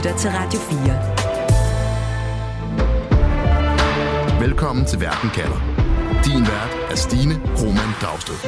lytter til Radio 4. Velkommen til Verden kalder. Din vært er Stine Krohmann Dragsted.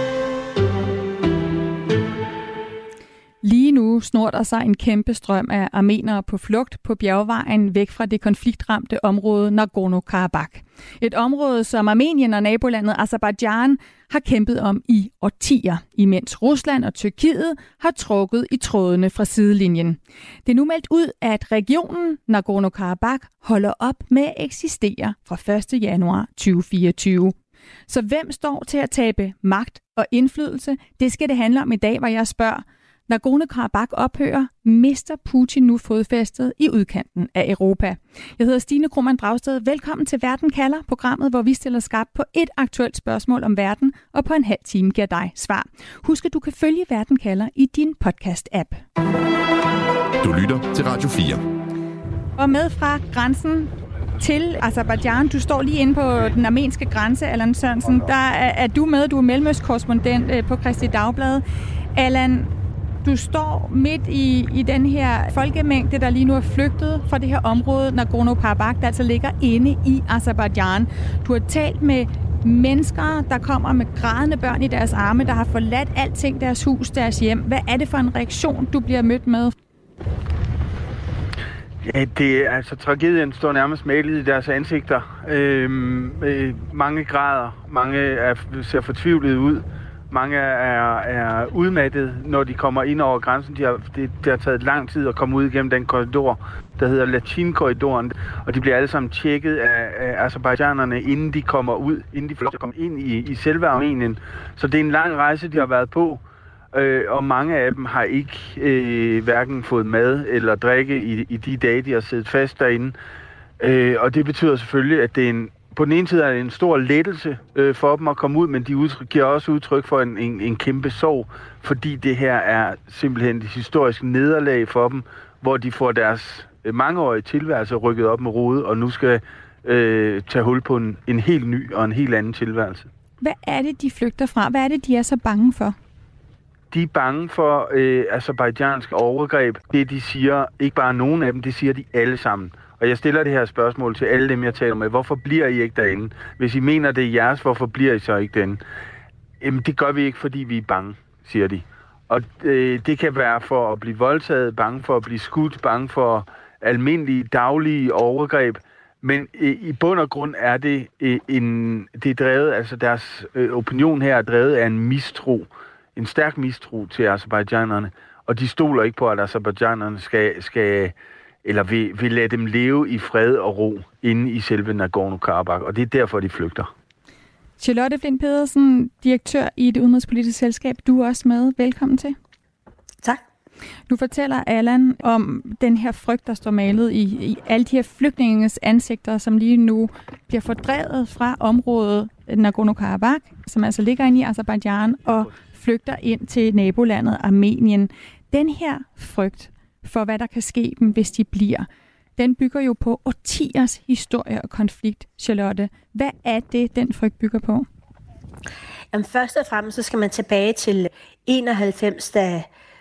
Lige nu snor der sig en kæmpe strøm af armenere på flugt på bjergvejen væk fra det konfliktramte område Nagorno-Karabakh. Et område, som Armenien og nabolandet Aserbajdsjan har kæmpet om i årtier, imens Rusland og Tyrkiet har trukket i trådene fra sidelinjen. Det er nu meldt ud, at regionen Nagorno-Karabakh holder op med at eksistere fra 1. januar 2024. Så hvem står til at tabe magt og indflydelse? Det skal det handle om i dag, hvor jeg spørger: Nagorno-Karabakh ophører, mister Putin nu fodfæstet i udkanten af Europa? Jeg hedder Stine Krohmann Dragsted. Velkommen til Verden kalder, programmet, hvor vi stiller skarpt på et aktuelt spørgsmål om verden, og på en halv time giver dig svar. Husk, at du kan følge Verden kalder i din podcast-app. Du lytter til Radio 4. Og med fra grænsen til Aserbajdsjan. Du står lige inde på den armenske grænse, Allan Sørensen. Der er du med. Du er mellemøstkorrespondent på Kristeligt Dagblad. Allan, du står midt i den her folkemængde, der lige nu er flygtet fra det her område, Nagorno-Karabakh, der altså ligger inde i Aserbajdsjan. Du har talt med mennesker, der kommer med grædende børn i deres arme, der har forladt alting, deres hus, deres hjem. Hvad er det for en reaktion, du bliver mødt med? Ja, det er altså tragedien står nærmest malet i deres ansigter. Mange græder, mange ser fortvivlet ud. Mange er udmattet, når de kommer ind over grænsen. Det har taget lang tid at komme ud igennem den korridor, der hedder Lachin-korridoren. Og de bliver alle sammen tjekket af aserbajdsjanerne, inden de kommer ud, inden de får lov til at komme ind i selve Armenien. Så det er en lang rejse, de har været på. Og mange af dem har ikke hverken fået mad eller drikke i de dage, de har siddet fast derinde. Og det betyder selvfølgelig, at det er på den ene side er det en stor lettelse for dem at komme ud, men de giver også udtryk for en kæmpe sorg, fordi det her er simpelthen et historisk nederlag for dem, hvor de får deres mangeårige tilværelse rykket op med rode, og nu skal tage hul på en helt ny og en helt anden tilværelse. Hvad er det, de flygter fra? Hvad er det, de er så bange for? De er bange for aserbajdsjanske overgreb. Det, de siger, ikke bare nogen af dem, det siger de alle sammen. Og jeg stiller det her spørgsmål til alle dem, jeg taler med. Hvorfor bliver I ikke derinde? Hvis I mener, det er jeres, hvorfor bliver I så ikke derinde? Jamen, det gør vi ikke, fordi vi er bange, siger de. Og det kan være for at blive voldtaget, bange for at blive skudt, bange for almindelige, daglige overgreb. Men i bund og grund er det det er drevet, altså deres opinion her er drevet af en mistro. En stærk mistro til aserbajdsjanerne. Og de stoler ikke på, at aserbajdsjanerne skal eller vil lade dem leve i fred og ro inde i selve Nagorno-Karabakh, og det er derfor, de flygter. Charlotte Flint Pedersen, direktør i Det Udenrigspolitiske Selskab. Du er også med. Velkommen til. Tak. Nu fortæller Allan om den her frygt, der står malet i alle de her flygtninges ansigter, som lige nu bliver fordrevet fra området Nagorno-Karabakh, som altså ligger inde i Aserbajdsjan og flygter ind til nabolandet Armenien. Den her frygt for, hvad der kan ske dem, hvis de bliver, den bygger jo på årtiers historie og konflikt, Charlotte. Hvad er det, den frygt bygger på? Jamen, først og fremmest så skal man tilbage til 91, da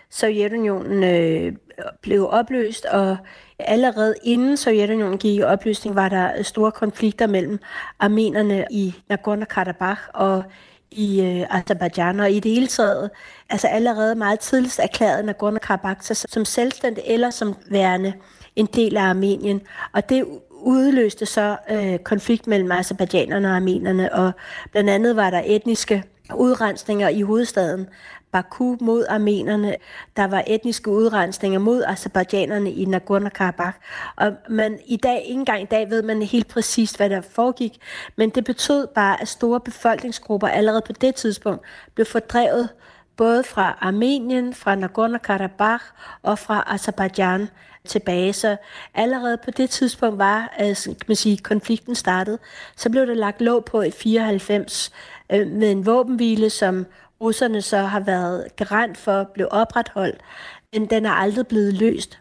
Sovjetunionen blev opløst, og allerede inden Sovjetunionen gik i opløsning, var der store konflikter mellem armenerne i Nagorno-Karabakh og i Aserbajdsjan, og i det hele taget, altså allerede meget tidligst erklæret Nagorno-Karabakh som selvstændig eller som værende en del af Armenien. Og det udløste så konflikt mellem aserbajdsjanerne og armenerne, og blandt andet var der etniske udrensninger i hovedstaden Baku mod armenerne. Der var etniske udrensninger mod aserbajdsjanerne i Nagorno-Karabakh. Og ikke engang i dag ved man helt præcist, hvad der foregik, men det betød bare, at store befolkningsgrupper allerede på det tidspunkt blev fordrevet både fra Armenien, fra Nagorno-Karabakh og fra Aserbajdsjan tilbage. Så allerede på det tidspunkt var, kan man sige, konflikten startet. Så blev der lagt låg på i 94 med en våbenhvile, som russerne så har været garant for blev opretholdt, men den er aldrig blevet løst.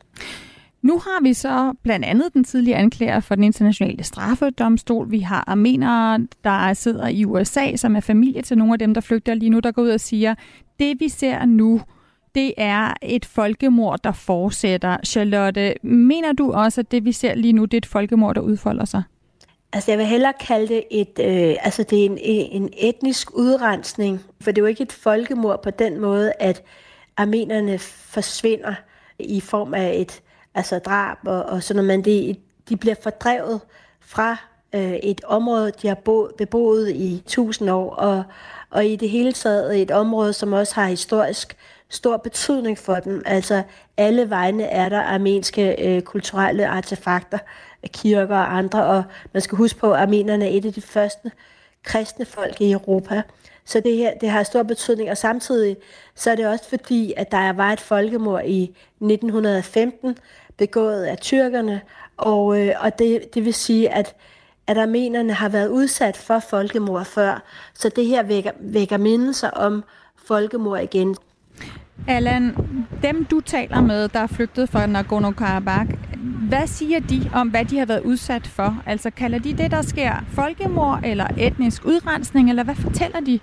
Nu har vi så blandt andet den tidligere anklager for den internationale straffedomstol. Vi har armenere, der sidder i USA, som er familie til nogle af dem, der flygter lige nu, der går ud og siger, det vi ser nu, det er et folkemord, der fortsætter. Charlotte, mener du også, at det vi ser lige nu, det er et folkemord, der udfolder sig? Altså jeg vil hellere kalde det det er en etnisk udrensning, for det er jo ikke et folkemord på den måde, at armenerne forsvinder i form af et drab og sådan noget, men de bliver fordrevet fra et område, de har beboet i 1000 år, og i det hele taget et område, som også har historisk stor betydning for dem. Altså alle vegne er der armenske kulturelle artefakter, kirker og andre, og man skal huske på, at armenerne er et af de første kristne folk i Europa. Så det har stor betydning, og samtidig så er det også fordi, at der var et folkemord i 1915, begået af tyrkerne, og det vil sige, at armenerne har været udsat for folkemord før, så det her vækker mindelser om folkemord igen. Allan, dem du taler med, der er flygtet fra Nagorno-Karabakh, hvad siger de om, hvad de har været udsat for? Altså kalder de det, der sker folkemord eller etnisk udrensning, eller hvad fortæller de?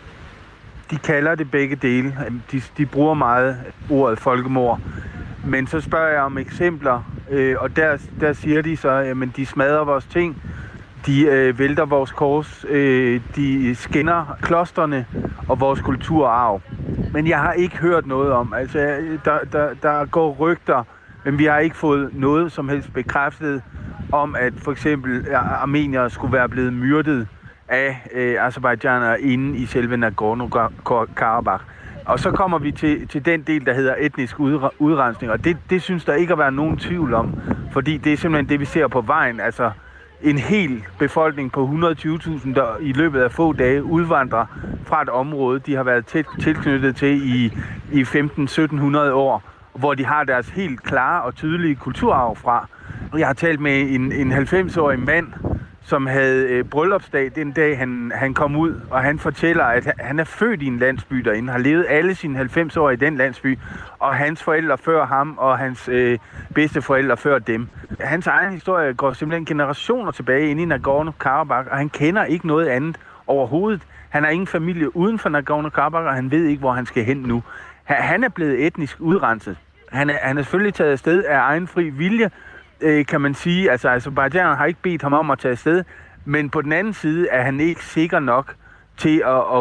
De kalder det begge dele. De bruger meget ordet folkemord. Men så spørger jeg om eksempler, og der siger de så, at de smadrer vores ting, de vælter vores kors, de skinner klostrene og vores kulturarv. Men jeg har ikke hørt noget om, altså der går rygter, men vi har ikke fået noget som helst bekræftet om, at for eksempel armeniere skulle være blevet myrdet af aserbajdsjanere inde i selve Nagorno-Karabakh. Og så kommer vi til den del, der hedder etnisk udrensning, og det synes der ikke at være nogen tvivl om, fordi det er simpelthen det, vi ser på vejen. Altså en hel befolkning på 120.000, der i løbet af få dage udvandrer fra et område, de har været tæt tilknyttet til i 1500-1700 år, hvor de har deres helt klare og tydelige kulturarv fra. Jeg har talt med en 90-årig mand, som havde bryllupsdag den dag, han kom ud, og han fortæller, at han er født i en landsby derinde, har levet alle sine 90 år i den landsby, og hans forældre før ham, og hans bedsteforældre før dem. Hans egen historie går simpelthen generationer tilbage inde i Nagorno-Karabakh, og han kender ikke noget andet overhovedet. Han har ingen familie uden for Nagorno-Karabakh, og han ved ikke, hvor han skal hen nu. Han er blevet etnisk udrenset. Han er selvfølgelig taget afsted af egen fri vilje, kan man sige. Altså Aserbajdsjan har ikke bedt ham om at tage afsted, men på den anden side er han ikke sikker nok til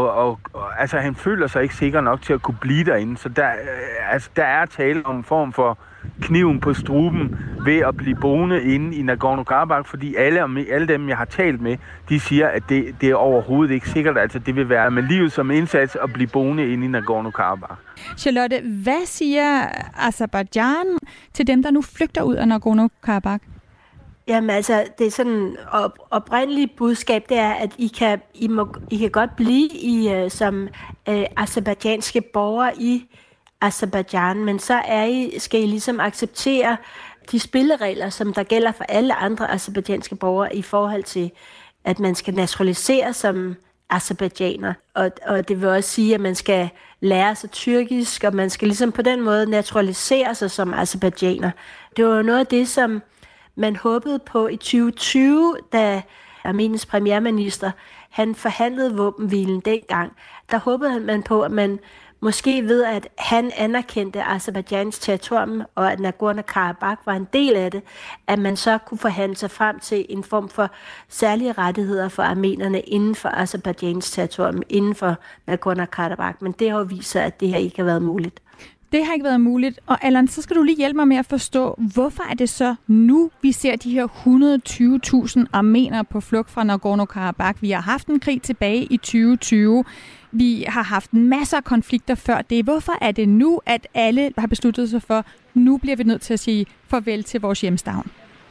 altså han føler sig ikke sikker nok til at kunne blive derinde. Så der er tale om en form for kniven på struben ved at blive boende inde i Nagorno-Karabakh, fordi alle dem, jeg har talt med, de siger, at det er overhovedet ikke sikkert. Altså det vil være med livet som indsats at blive boende inde i Nagorno-Karabakh. Charlotte, hvad siger Aserbajdsjan til dem, der nu flygter ud af Nagorno-Karabakh? Jamen altså, det er sådan oprindelige budskab, det er, at I kan godt blive som aserbajdsjanske borgere i Aserbajdsjan, men så skal I ligesom acceptere de spilleregler, som der gælder for alle andre aserbajdsjanske borgere i forhold til, at man skal naturaliseres som aserbajdsjaner. Og det vil også sige, at man skal lære sig tyrkisk, og man skal ligesom på den måde naturalisere sig som aserbajdsjaner. Det var noget af det, som man håbede på i 2020, da Armeniens premierminister han forhandlede våbenhvilen dengang. Der håbede man på, at man måske ved, at han anerkendte Aserbajdsjans territorium, og at Nagorno-Karabakh var en del af det, at man så kunne forhandle sig frem til en form for særlige rettigheder for armenerne inden for Aserbajdsjans territorium, inden for Nagorno-Karabakh. Men det har jo vist sig, at det her ikke har været muligt. Det har ikke været muligt. Og Allan, så skal du lige hjælpe mig med at forstå, hvorfor er det så nu, vi ser de her 120.000 armenere på flugt fra Nagorno-Karabakh? Vi har haft en krig tilbage i 2020. Vi har haft masser af konflikter før det. Hvorfor er det nu, at alle har besluttet sig for, nu bliver vi nødt til at sige farvel til vores hjemstavn?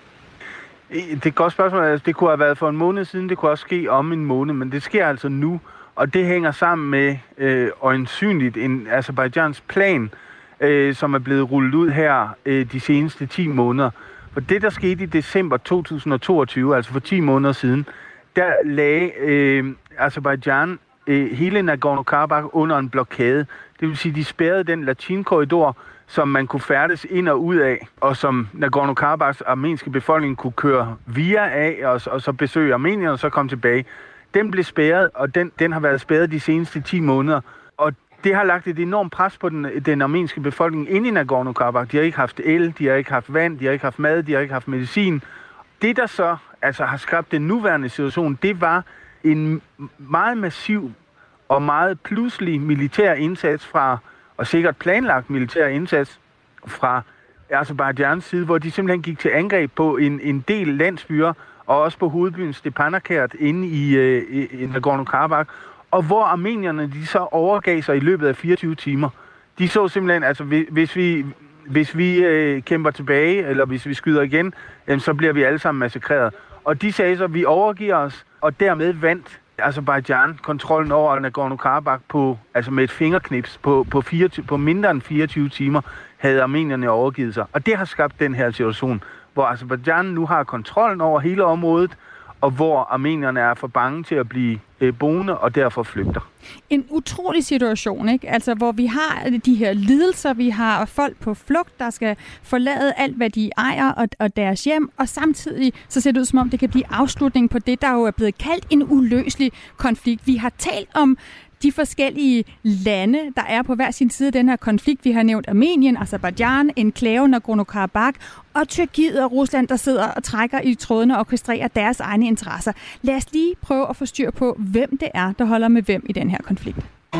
Det er et godt spørgsmål. Det kunne have været for en måned siden, det kunne også ske om en måned, men det sker altså nu. Og det hænger sammen med øjensynligt en Aserbajdsjans plan, som er blevet rullet ud her de seneste 10 måneder. For det, der skete i december 2022, altså for 10 måneder siden, der lagde Aserbajdsjan hele Nagorno-Karabakh under en blokade. Det vil sige, de spærrede den latinkorridor, som man kunne færdes ind og ud af, og som Nagorno-Karabachs armenske befolkning kunne køre via af, og så besøge Armenien og så komme tilbage. Den blev spærret, og den har været spærret de seneste 10 måneder. Og Det har lagt et enormt pres på den armenske befolkning inde i Nagorno-Karabakh. De har ikke haft el, de har ikke haft vand, de har ikke haft mad, de har ikke haft medicin. Det, der så har skabt den nuværende situation, det var en meget massiv og meget pludselig militær indsats og sikkert planlagt militær indsats fra Aserbajdsjans side, hvor de simpelthen gik til angreb på en del landsbyer, og også på hovedbyen Stepanakert inde i Nagorno-Karabakh, og hvor armenierne de så overgav sig i løbet af 24 timer. De så simpelthen, altså hvis vi kæmper tilbage, eller hvis vi skyder igen, så bliver vi alle sammen massakreret. Og de sagde så, at vi overgiver os, og dermed vandt Aserbajdsjan kontrollen over Nagorno-Karabakh med et fingerknips på mindre end 24 timer havde armenierne overgivet sig. Og det har skabt den her situation, hvor Aserbajdsjan nu har kontrollen over hele området, og hvor armenierne er for bange til at blive boende og derfor flygter. En utrolig situation, ikke? Altså, hvor vi har de her lidelser, vi har folk på flugt, der skal forlade alt, hvad de ejer og deres hjem, og samtidig så ser det ud som om, det kan blive afslutning på det, der jo er blevet kaldt en uløselig konflikt. Vi har talt om de forskellige lande, der er på hver sin side af den her konflikt. Vi har nævnt Armenien, Aserbajdsjan, enklave, Nagorno-Karabakh og Tyrkiet og Rusland, der sidder og trækker i trådene og orkestrerer deres egne interesser. Lad os lige prøve at få styr på, hvem det er, der holder med hvem i den her konflikt.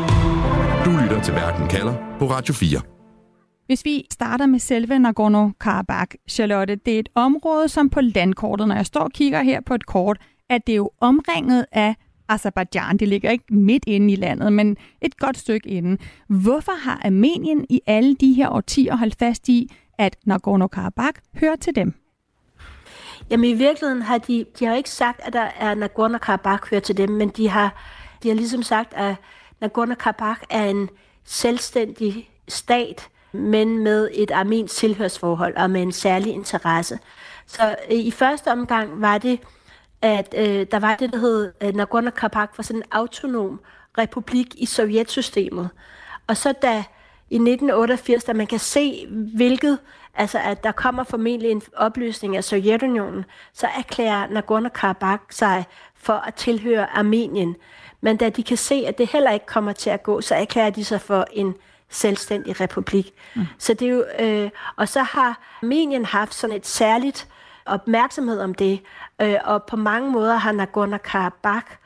Du lytter til Verden kalder på Radio 4. Hvis vi starter med selve Nagorno-Karabakh, Charlotte, det er et område, som på landkortet, når jeg står og kigger her på et kort, at det er jo omringet af Aserbajdsjan. Det ligger ikke midt inde i landet, men et godt stykke inde. Hvorfor har Armenien i alle de her årtier holdt fast i, at Nagorno-Karabakh hører til dem? Jamen i virkeligheden har de har ikke sagt, at der er Nagorno-Karabakh hører til dem, men de har ligesom sagt, at Nagorno-Karabakh er en selvstændig stat, men med et armensk tilhørsforhold og med en særlig interesse. Så i første omgang var det, at der var det, der hed Nagorno-Karabakh, for sådan en autonom republik i sovjetsystemet. Og så da i 1988, da man kan se, at der kommer formentlig en opløsning af Sovjetunionen, så erklærer Nagorno-Karabakh sig for at tilhøre Armenien. Men da de kan se, at det heller ikke kommer til at gå, så erklærer de sig for en selvstændig republik. Så det er jo, og så har Armenien haft sådan et særligt opmærksomhed om det, og på mange måder har Nagorno-Karabakh,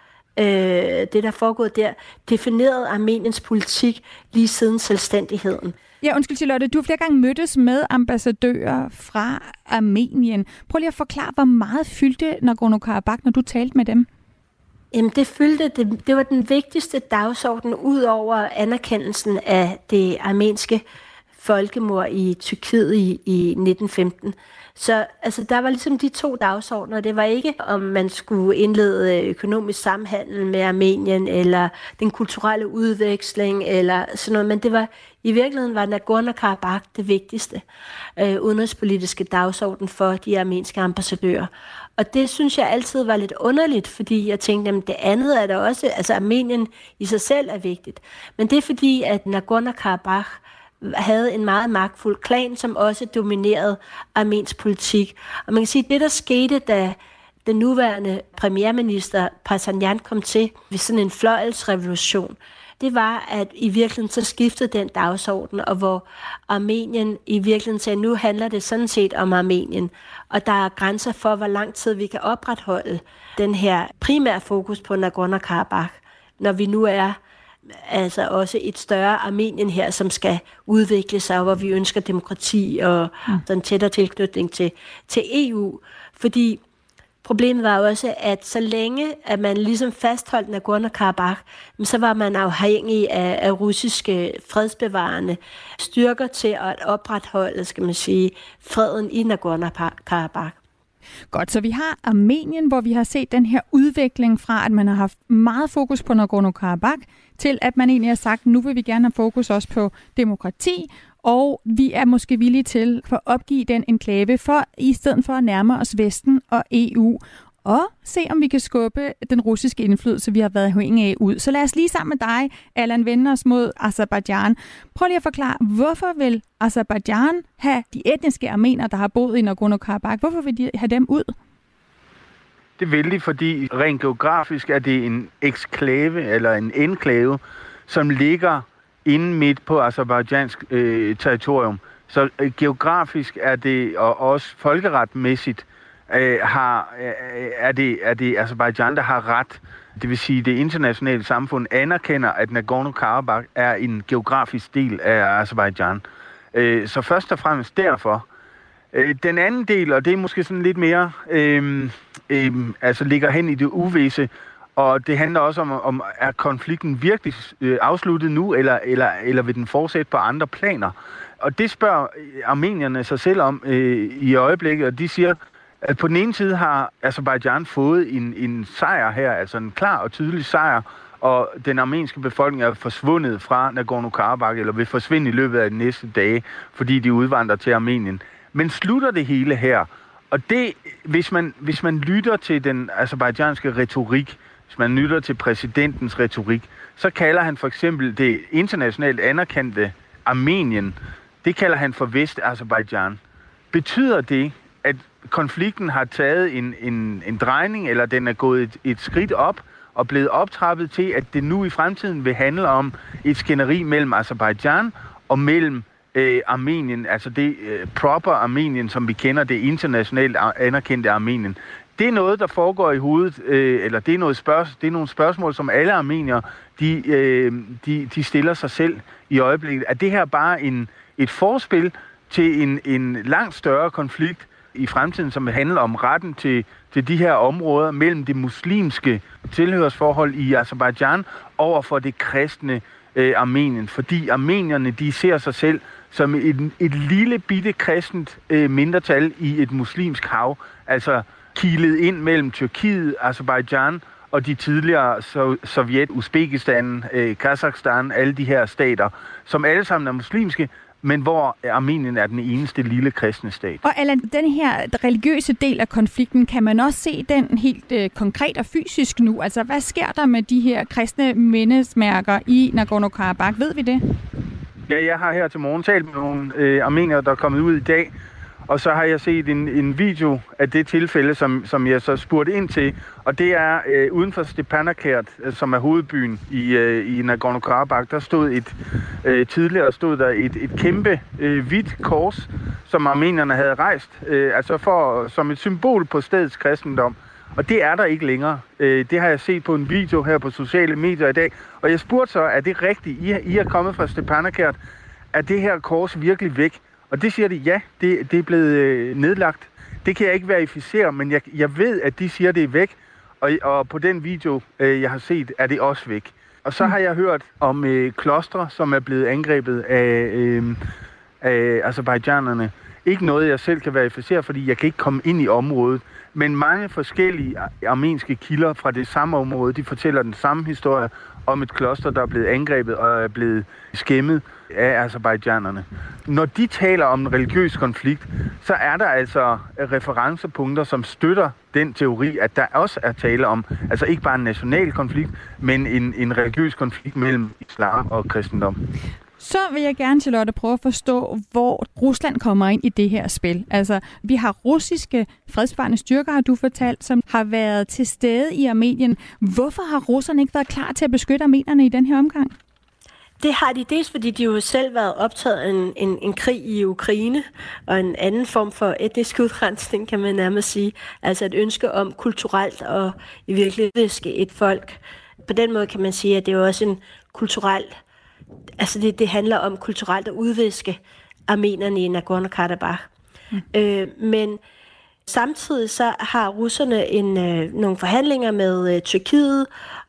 det der foregået der, defineret Armeniens politik lige siden selvstændigheden. Ja, undskyld Charlotte, du har flere gange mødtes med ambassadører fra Armenien. Prøv lige at forklare, hvor meget fyldte Nagorno-Karabakh, når du talte med dem? Jamen det var den vigtigste dagsorden ud over anerkendelsen af det armenske folkemord i Tyrkiet i 1915. Så der var ligesom de to dagsordener. Det var ikke, om man skulle indlede økonomisk samhandel med Armenien, eller den kulturelle udveksling, eller sådan noget, men det var i virkeligheden var Nagorno-Karabakh det vigtigste udenrigspolitiske dagsorden for de armenske ambassadører. Og det synes jeg altid var lidt underligt, fordi jeg tænkte, at det andet er der også, Armenien i sig selv er vigtigt. Men det er fordi, at Nagorno-Karabakh havde en meget magtfuld klan, som også dominerede armensk politik. Og man kan sige, at det, der skete, da den nuværende premierminister Pashinyan kom til ved sådan en fløjelsrevolution, det var, at i virkeligheden så skiftede den dagsorden, og hvor Armenien i virkeligheden sagde, nu handler det sådan set om Armenien, og der er grænser for, hvor lang tid vi kan opretholde den her primære fokus på Nagorno-Karabakh, når vi nu er også et større Armenien her, som skal udvikle sig, hvor vi ønsker demokrati og en tættere tilknytning til EU. Fordi problemet var også, at så længe at man ligesom fastholdt Nagorno-Karabakh, så var man afhængig af russiske fredsbevarende styrker til at opretholde, freden i Nagorno-Karabakh. Godt, så vi har Armenien, hvor vi har set den her udvikling fra, at man har haft meget fokus på Nagorno-Karabakh, til at man egentlig har sagt, nu vil vi gerne have fokus også på demokrati, og vi er måske villige til at opgive den enklave, i stedet for at nærme os Vesten og EU, og se om vi kan skubbe den russiske indflydelse, vi har været afhængige af ud. Så lad os lige sammen med dig, Allan, vende os mod Aserbajdsjan. Prøv lige at forklare, hvorfor vil Aserbajdsjan have de etniske armenere, der har boet i Nagorno-Karabakh, hvorfor vil de have dem ud? Det vil de, fordi rent geografisk er det en eksklave eller en enklave, som ligger inde midt på aserbajdsjansk territorium. Så geografisk er det, og også folkeretmæssigt, er det Aserbajdsjan, der har ret. Det vil sige, at det internationale samfund anerkender, at Nagorno-Karabakh er en geografisk del af Aserbajdsjan. Så først og fremmest derfor. Den anden del, og det er måske sådan lidt mere, ligger hen i det uvisse, og det handler også om er konflikten virkelig afsluttet nu, eller vil den fortsætte på andre planer? Og det spørger armenierne sig selv om i øjeblikket, og de siger, at på den ene side har Aserbajdsjan fået en sejr her, altså en klar og tydelig sejr, og den armenske befolkning er forsvundet fra Nagorno-Karabakh, eller vil forsvinde i løbet af de næste dage, fordi de udvandrer til Armenien. Men slutter det hele her? Og det, hvis man lytter til den aserbajdsjanske retorik, hvis man lytter til præsidentens retorik, så kalder han for eksempel det internationalt anerkendte Armenien, det kalder han for Vest-Aserbajdsjan. Betyder det, at konflikten har taget en drejning, eller den er gået et skridt op og blevet optrappet til, at det nu i fremtiden vil handle om et skænderi mellem Aserbajdsjan og mellem Armenien, altså det proper Armenien, som vi kender, det internationalt anerkendte Armenien. Det er noget, der foregår i hovedet, eller det er nogle spørgsmål, som alle armenier, de stiller sig selv i øjeblikket. Er det her bare et forspil til en langt større konflikt i fremtiden, som handler om retten til de her områder mellem det muslimske tilhørsforhold i Aserbajdsjan over for det kristne Armenien? Fordi armenierne, de ser sig selv som et lille bitte kristent mindretal i et muslimsk hav, altså kilet ind mellem Tyrkiet, Aserbajdsjan og de tidligere Sovjet, Uzbekistan, Kazakhstan, alle de her stater, som alle sammen er muslimske, men hvor Armenien er den eneste lille kristne stat. Og Allan, den her religiøse del af konflikten, kan man også se den helt konkret og fysisk nu? Altså, hvad sker der med de her kristne mindesmærker i Nagorno-Karabakh? Ved vi det? Ja, jeg har her til morgen talt med nogle armenier, der er kommet ud i dag, og så har jeg set en video af det tilfælde, som jeg så spurgte ind til, og det er uden for Stepanakert, som er hovedbyen i Nagorno-Karabakh. Der stod tidligere stod der et kæmpe hvidt kors, som armenierne havde rejst, som et symbol på stedets kristendom. Og det er der ikke længere. Det har jeg set på en video her på sociale medier i dag. Og jeg spurgte så, er det rigtigt? I er kommet fra Stepanakert. Er det her kors virkelig væk? Og det siger de, ja, det er blevet nedlagt. Det kan jeg ikke verificere, men jeg ved, at de siger, det er væk. Og på den video, jeg har set, er det også væk. Og så har jeg hørt om klostre, som er blevet angrebet af aserbajdsjanerne. Ikke noget, jeg selv kan verificere, fordi jeg kan ikke komme ind i området. Men mange forskellige armenske kilder fra det samme område, de fortæller den samme historie om et kloster, der er blevet angrebet og er blevet skæmmet af aserbajdsjanerne. Når de taler om en religiøs konflikt, så er der altså referencepunkter, som støtter den teori, at der også er tale om, altså ikke bare en national konflikt, men en religiøs konflikt mellem islam og kristendom. Så vil jeg gerne, Charlotte, prøve at forstå, hvor Rusland kommer ind i det her spil. Altså, vi har russiske fredsbevarende styrker, har du fortalt, som har været til stede i Armenien. Hvorfor har russerne ikke været klar til at beskytte armenerne i den her omgang? Det har de dels, fordi de jo selv været optaget af en krig i Ukraine, og en anden form for etnisk udrensning, kan man nærmest sige. Altså et ønske om kulturelt og i virkeligheden et folk. På den måde kan man sige, at det er også en kulturel. Altså det handler om kulturelt at udviske armenerne i Nagorno-Karabakh. Men samtidig så har russerne nogle forhandlinger med Tyrkiet,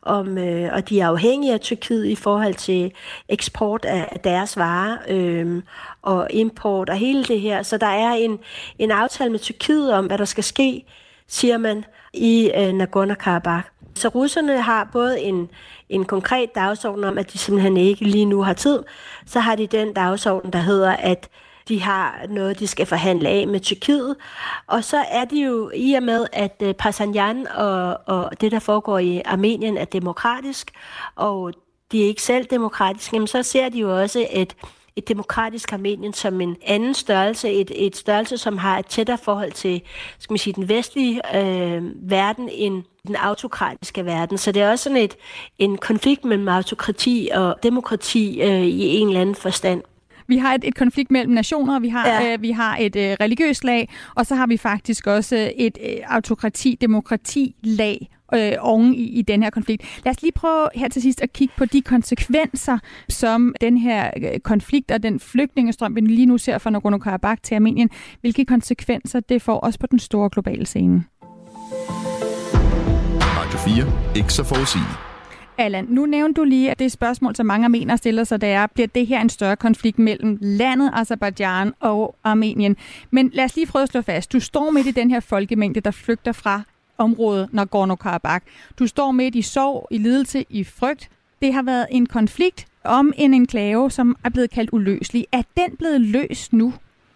og de er afhængige af Tyrkiet i forhold til eksport af deres varer og import og hele det her. Så der er en aftale med Tyrkiet om, hvad der skal ske, siger man, i Nagorno-Karabakh. Så russerne har både en konkret dagsorden om, at de simpelthen ikke lige nu har tid. Så har de den dagsorden, der hedder, at de har noget, de skal forhandle af med Tyrkiet. Og så er de jo i og med, at Pashinyan og det, der foregår i Armenien, er demokratisk, og de er ikke selv demokratiske, jamen så ser de jo også et demokratisk Armenien som en anden størrelse, et størrelse, som har et tættere forhold til, skal man sige, den vestlige verden, end den autokratiske verden. Så det er også sådan en konflikt mellem autokrati og demokrati i en eller anden forstand. Vi har et konflikt mellem nationer, vi har et religiøst lag, og så har vi faktisk også et autokrati-demokrati-lag oven i den her konflikt. Lad os lige prøve her til sidst at kigge på de konsekvenser, som den her konflikt og den flygtningestrøm, vi lige nu ser fra Nagorno-Karabakh til Armenien, hvilke konsekvenser det får også på den store globale scene. Radio 4. Ikke så forudsigende. Allan, nu nævnte du lige, at det spørgsmål, som mange armenere stiller sig, det er, bliver det her en større konflikt mellem landet Aserbajdsjan og Armenien? Men lad os lige prøve at slå fast. Du står midt i den her folkemængde, der flygter fra området Nagorno-Karabakh. Du står midt i sorg, i lidelse, i frygt. Det har været en konflikt om en enklave, som er blevet kaldt uløselig. Er den blevet løst nu?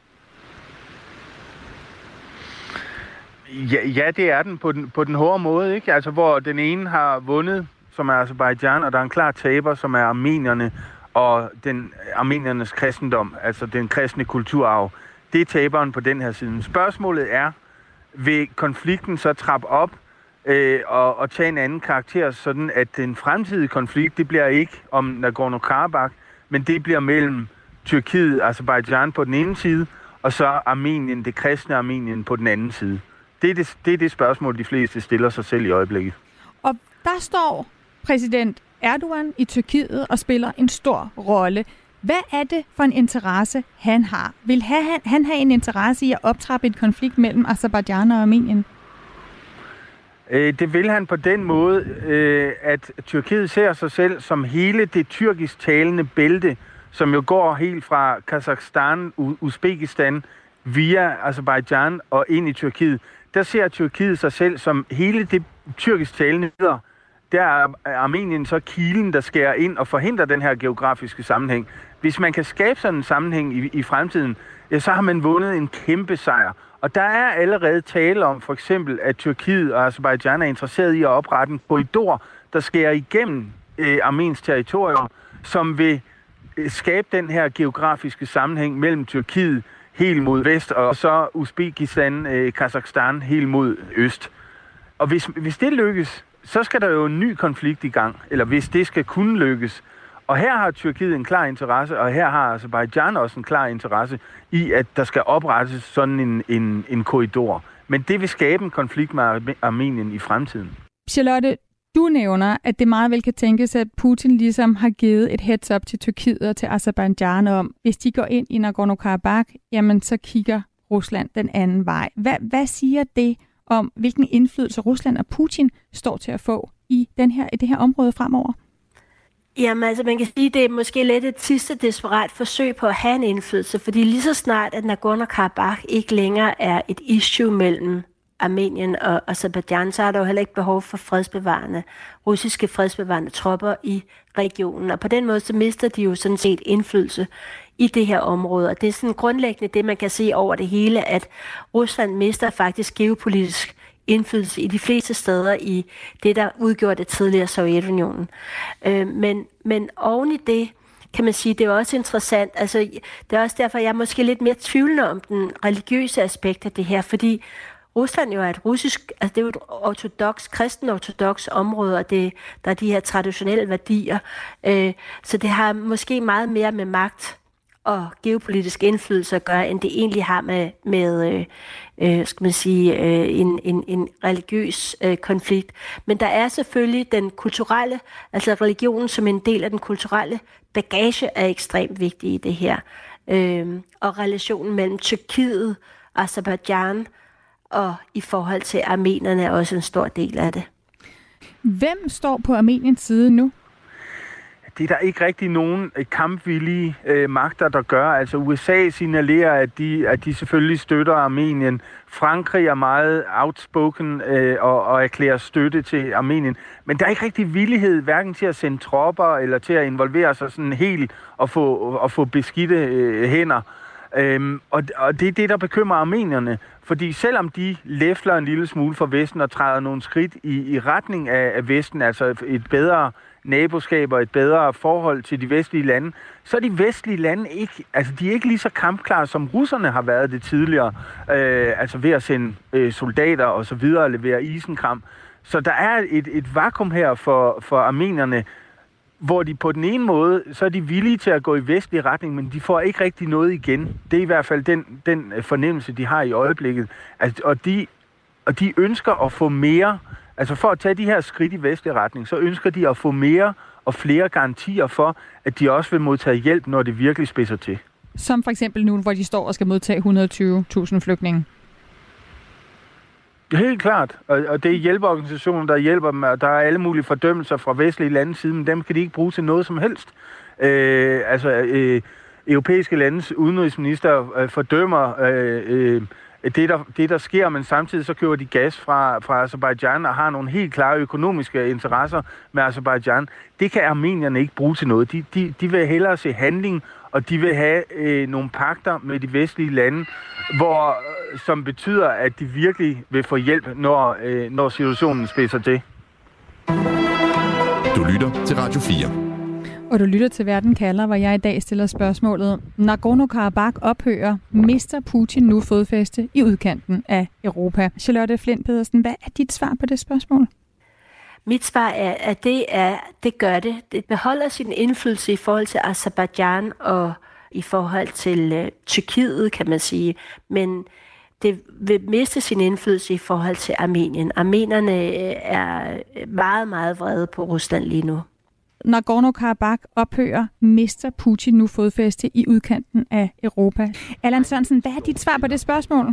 Ja, det er den på den hårde måde, ikke? Altså, hvor den ene har vundet, som er Aserbajdsjan, og der er en klar taber, som er armenierne og armeniernes kristendom, altså den kristne kulturarv. Det er taberen på den her side. Spørgsmålet er, vil konflikten så trappe op og tage en anden karakter, sådan at den fremtidige konflikt, det bliver ikke om Nagorno-Karabakh, men det bliver mellem Tyrkiet og Aserbajdsjan på den ene side, og så Armenien, det kristne Armenien på den anden side. Det er det spørgsmål, de fleste stiller sig selv i øjeblikket. Og der står præsident Erdogan i Tyrkiet og spiller en stor rolle. Hvad er det for en interesse, han har? Vil han have en interesse i at optrappe et konflikt mellem Aserbajdsjan og Armenien? Det vil han på den måde, at Tyrkiet ser sig selv som hele det tyrkisk talende bælte, som jo går helt fra Kazakhstan, Uzbekistan, via Aserbajdsjan og ind i Tyrkiet. Der ser Tyrkiet sig selv som hele det tyrkisk talende videre. Der er Armenien så kilen, der skærer ind og forhindrer den her geografiske sammenhæng. Hvis man kan skabe sådan en sammenhæng i fremtiden, ja, så har man vundet en kæmpe sejr. Og der er allerede tale om, for eksempel, at Tyrkiet og Aserbajdsjan er interesseret i at oprette en korridor, der skærer igennem armensk territorium, som vil skabe den her geografiske sammenhæng mellem Tyrkiet helt mod vest, og så Uzbekistan, Kazakhstan helt mod øst. Og hvis det lykkes, så skal der jo en ny konflikt i gang, eller hvis det skal kunne lykkes. Og her har Tyrkiet en klar interesse, og her har Aserbajdsjan også en klar interesse i, at der skal oprettes sådan en korridor. Men det vil skabe en konflikt med Armenien i fremtiden. Charlotte, du nævner, at det meget vel kan tænkes, at Putin ligesom har givet et heads up til Tyrkiet og til Aserbajdsjan om, hvis de går ind i Nagorno-Karabakh, jamen så kigger Rusland den anden vej. Hvad siger det om, hvilken indflydelse Rusland og Putin står til at få i det her område fremover? Jamen altså, man kan sige, at det er måske lidt et sidste desperat forsøg på at have en indflydelse, fordi lige så snart, at Nagorno-Karabakh ikke længere er et issue mellem Armenien og Aserbajdsjan, så er der jo heller ikke behov for russiske fredsbevarende tropper i regionen. Og på den måde, så mister de jo sådan set indflydelse i det her område. Og det er sådan grundlæggende det, man kan se over det hele, at Rusland mister faktisk geopolitisk indflydelse i de fleste steder i det, der udgjorde det tidligere Sovjetunionen. Men oven i det, kan man sige, det er også interessant. Altså, det er også derfor, jeg er måske lidt mere tvivlende om den religiøse aspekt af det her, fordi Rusland jo er et russisk, altså det er jo et kristen-ortodoks område, og der er de her traditionelle værdier. Så det har måske meget mere med magt og geopolitisk indflydelse at gøre, end det egentlig har med skal man sige, en religiøs konflikt. Men der er selvfølgelig den kulturelle, altså religionen som en del af den kulturelle bagage er ekstremt vigtig i det her. Og relationen mellem Tyrkiet og Aserbajdsjan og i forhold til armenerne er også en stor del af det. Hvem står på Armeniens side nu? Det er der ikke rigtig nogen kampvillige magter, der gør. Altså USA signalerer, at de selvfølgelig støtter Armenien. Frankrig er meget outspoken og erklærer støtte til Armenien. Men der er ikke rigtig villighed hverken til at sende tropper eller til at involvere sig sådan helt og få beskidte hænder. Og det er det, der bekymrer armenierne. Fordi selvom de læfler en lille smule for Vesten og træder nogle skridt i retning af Vesten, altså et bedre naboskab og et bedre forhold til de vestlige lande, så er de vestlige lande ikke, altså de er ikke lige så kampklare, som russerne har været det tidligere, altså ved at sende soldater og så videre, levere isenkram. Så der er et vakuum her for armenierne, hvor de på den ene måde, så er de villige til at gå i vestlig retning, men de får ikke rigtig noget igen. Det er i hvert fald den fornemmelse, de har i øjeblikket. Altså, og de ønsker at få mere, altså for at tage de her skridt i vestlig retning, så ønsker de at få mere og flere garantier for, at de også vil modtage hjælp, når det virkelig spidser til. Som for eksempel nu, hvor de står og skal modtage 120.000 flygtninge. Helt klart, og det er hjælpeorganisationen, der hjælper dem, og der er alle mulige fordømmelser fra vestlige landes side, men dem kan de ikke bruge til noget som helst. Europæiske landes udenrigsminister fordømmer det, der sker, men samtidig så køber de gas fra Aserbajdsjan og har nogle helt klare økonomiske interesser med Aserbajdsjan. Det kan armenierne ikke bruge til noget. De vil hellere se handling, og de vil have nogle pagter med de vestlige lande, som betyder, at de virkelig vil få hjælp, når situationen spidser til. Du lytter til Radio 4. Og du lytter til Verden kalder, hvor jeg i dag stiller spørgsmålet: Nagorno-Karabakh ophører, mister Putin nu fodfæste i udkanten af Europa? Charlotte Flint Pedersen, hvad er dit svar på det spørgsmål? Mit svar er, at det gør det. Det beholder sin indflydelse i forhold til Aserbajdsjan og i forhold til Tyrkiet, kan man sige. Men det vil miste sin indflydelse i forhold til Armenien. Armenerne er meget, meget vrede på Rusland lige nu. Nagorno-Karabakh ophører, mister Putin nu fodfæste i udkanten af Europa. Allan Sørensen, hvad er dit svar på det spørgsmål?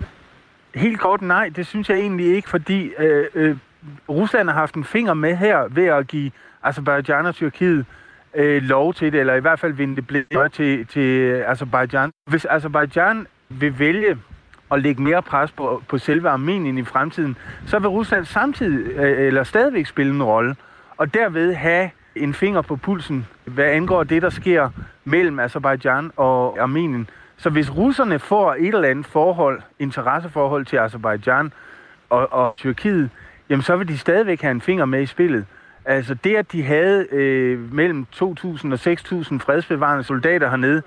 Helt kort nej, det synes jeg egentlig ikke, fordi Rusland har haft en finger med her ved at give Aserbajdsjan og Tyrkiet lov til det, eller i hvert fald vinde det blinde til Aserbajdsjan. Hvis Aserbajdsjan vil vælge at lægge mere pres på selve Armenien i fremtiden, så vil Rusland samtidig eller stadigvæk spille en rolle, og derved have en finger på pulsen, hvad angår det, der sker mellem Aserbajdsjan og Armenien. Så hvis russerne får et eller andet interesseforhold til Aserbajdsjan og Tyrkiet, jamen så vil de stadigvæk have en finger med i spillet. Altså det, at de havde mellem 2.000 og 6.000 fredsbevarende soldater hernede,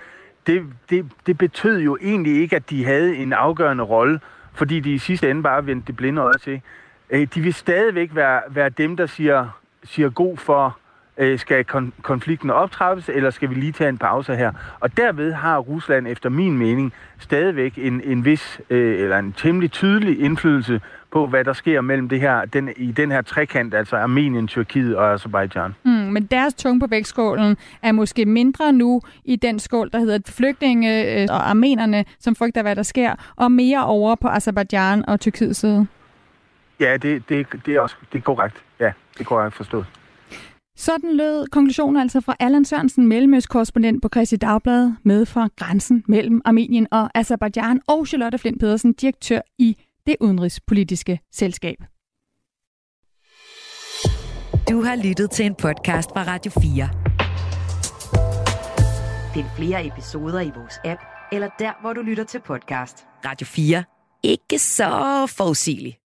det betød jo egentlig ikke, at de havde en afgørende rolle, fordi de i sidste ende bare vendte det blinde øje til. De vil stadigvæk være dem, der siger god for, skal konflikten optrappes, eller skal vi lige tage en pause her? Og derved har Rusland efter min mening stadigvæk en vis, eller en temmelig tydelig indflydelse på, hvad der sker mellem i den her trekant, altså Armenien, Tyrkiet og Aserbajdsjan. Men deres tunge på vægtskålen er måske mindre nu i den skål, der hedder flygtninge og armenerne, som frygter, hvad der sker, og mere over på Aserbajdsjan og Tyrkiets side. Ja, det er korrekt. Ja, det er korrekt forstået. Sådan lød konklusionen altså fra Allan Sørensen, mellemøstkorrespondent på Kristi Dagblad, med fra grænsen mellem Armenien og Aserbajdsjan, og Charlotte Flint Pedersen, direktør i det udenrigspolitiske selskab. Du har lyttet til en podcast fra Radio 4. Find flere episoder i vores app, eller der, hvor du lytter til podcast. Radio 4. Ikke så forudsigeligt.